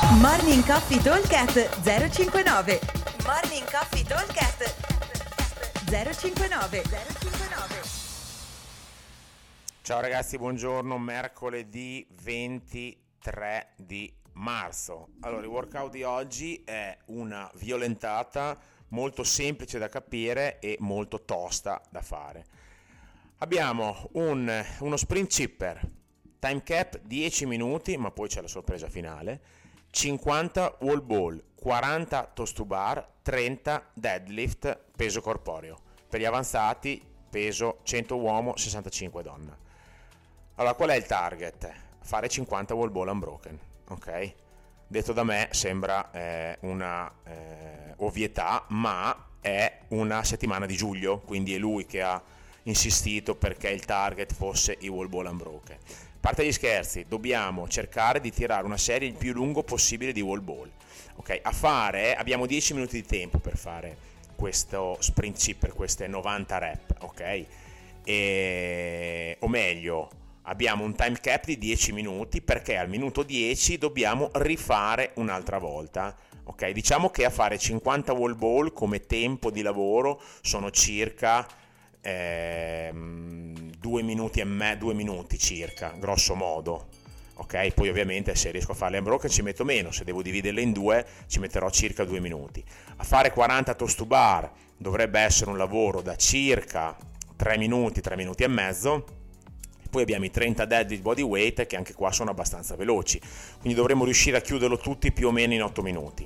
Morning Coffee Talkcast 059. Morning Coffee Talkcast 059. Ciao ragazzi, buongiorno, mercoledì 23 di marzo. Allora, il workout di oggi è una violentata molto semplice da capire e molto tosta da fare. Abbiamo uno sprint chipper, time cap 10 minuti, ma poi c'è la sorpresa finale, 50 wall ball, 40 toes to bar, 30 deadlift peso corporeo. Per gli avanzati peso 100 uomo, 65 donna. Allora, qual è il target? Fare 50 wall ball unbroken, ok? Detto da me sembra una ovvietà, ma è una settimana di giugno, quindi è lui che ha insistito perché il target fosse i wall ball unbroken. A parte gli scherzi, dobbiamo cercare di tirare una serie il più lungo possibile di wall ball, ok? Abbiamo 10 minuti di tempo per fare questo sprint chip, per queste 90 rep, ok? O meglio, abbiamo un time cap di 10 minuti perché al minuto 10 dobbiamo rifare un'altra volta, ok? Diciamo che a fare 50 wall ball come tempo di lavoro sono circa 2 minuti circa, grosso modo, ok? Poi ovviamente se riesco a farle unbroken ci metto meno, se devo dividerle in due ci metterò circa 2 minuti. A fare 40 toes to bar dovrebbe essere un lavoro da circa 3 minuti e mezzo. Poi abbiamo i 30 deadlift body weight che anche qua sono abbastanza veloci, quindi dovremmo riuscire a chiuderlo tutti più o meno in 8 minuti.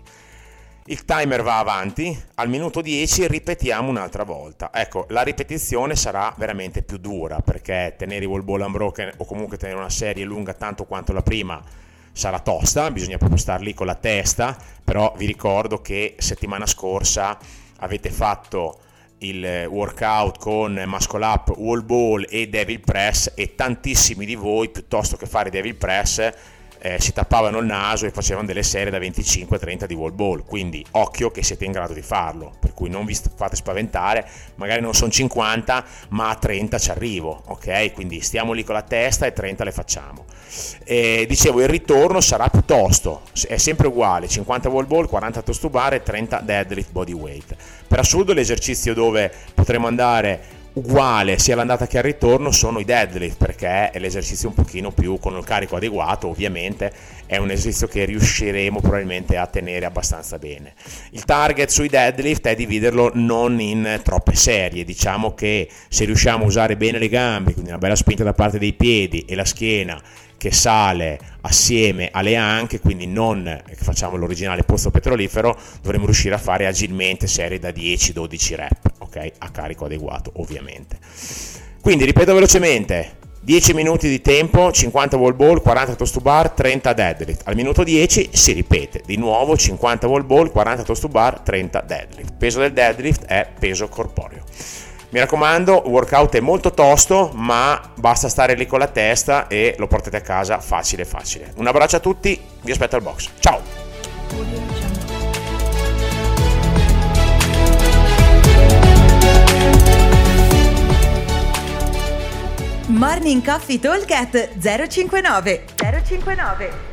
Il timer va avanti, al minuto 10 ripetiamo un'altra volta. Ecco, la ripetizione sarà veramente più dura perché tenere i wall ball unbroken o comunque tenere una serie lunga tanto quanto la prima sarà tosta, bisogna proprio star lì con la testa, però vi ricordo che settimana scorsa avete fatto il workout con muscle up, wall ball e devil press e tantissimi di voi piuttosto che fare devil press si tappavano il naso e facevano delle serie da 25-30 di wall ball, quindi occhio che siete in grado di farlo, per cui non vi fate spaventare, magari non sono 50 ma a 30 ci arrivo, ok? Quindi stiamo lì con la testa e 30 le facciamo. Dicevo, il ritorno sarà piuttosto, è sempre uguale, 50 wall ball, 40 toes to bar e 30 deadlift body weight. Per assurdo l'esercizio dove potremo andare uguale sia all'andata che al ritorno sono i deadlift, perché è l'esercizio un pochino più con il carico adeguato, ovviamente è un esercizio che riusciremo probabilmente a tenere abbastanza bene. Il target sui deadlift è dividerlo non in troppe serie, diciamo che se riusciamo a usare bene le gambe, quindi una bella spinta da parte dei piedi e la schiena che sale assieme alle anche, quindi non che facciamo l'originale pozzo petrolifero, dovremo riuscire a fare agilmente serie da 10-12 rep, ok? A carico adeguato ovviamente. Quindi ripeto velocemente, 10 minuti di tempo, 50 wall ball, 40 toes to bar, 30 deadlift. Al minuto 10 si ripete di nuovo 50 wall ball, 40 toes to bar, 30 deadlift. Il peso del deadlift è peso corporeo. Mi raccomando, il workout è molto tosto, ma basta stare lì con la testa e lo portate a casa facile. Un abbraccio a tutti, vi aspetto al box. Ciao! Morning Coffee Talkcast 059.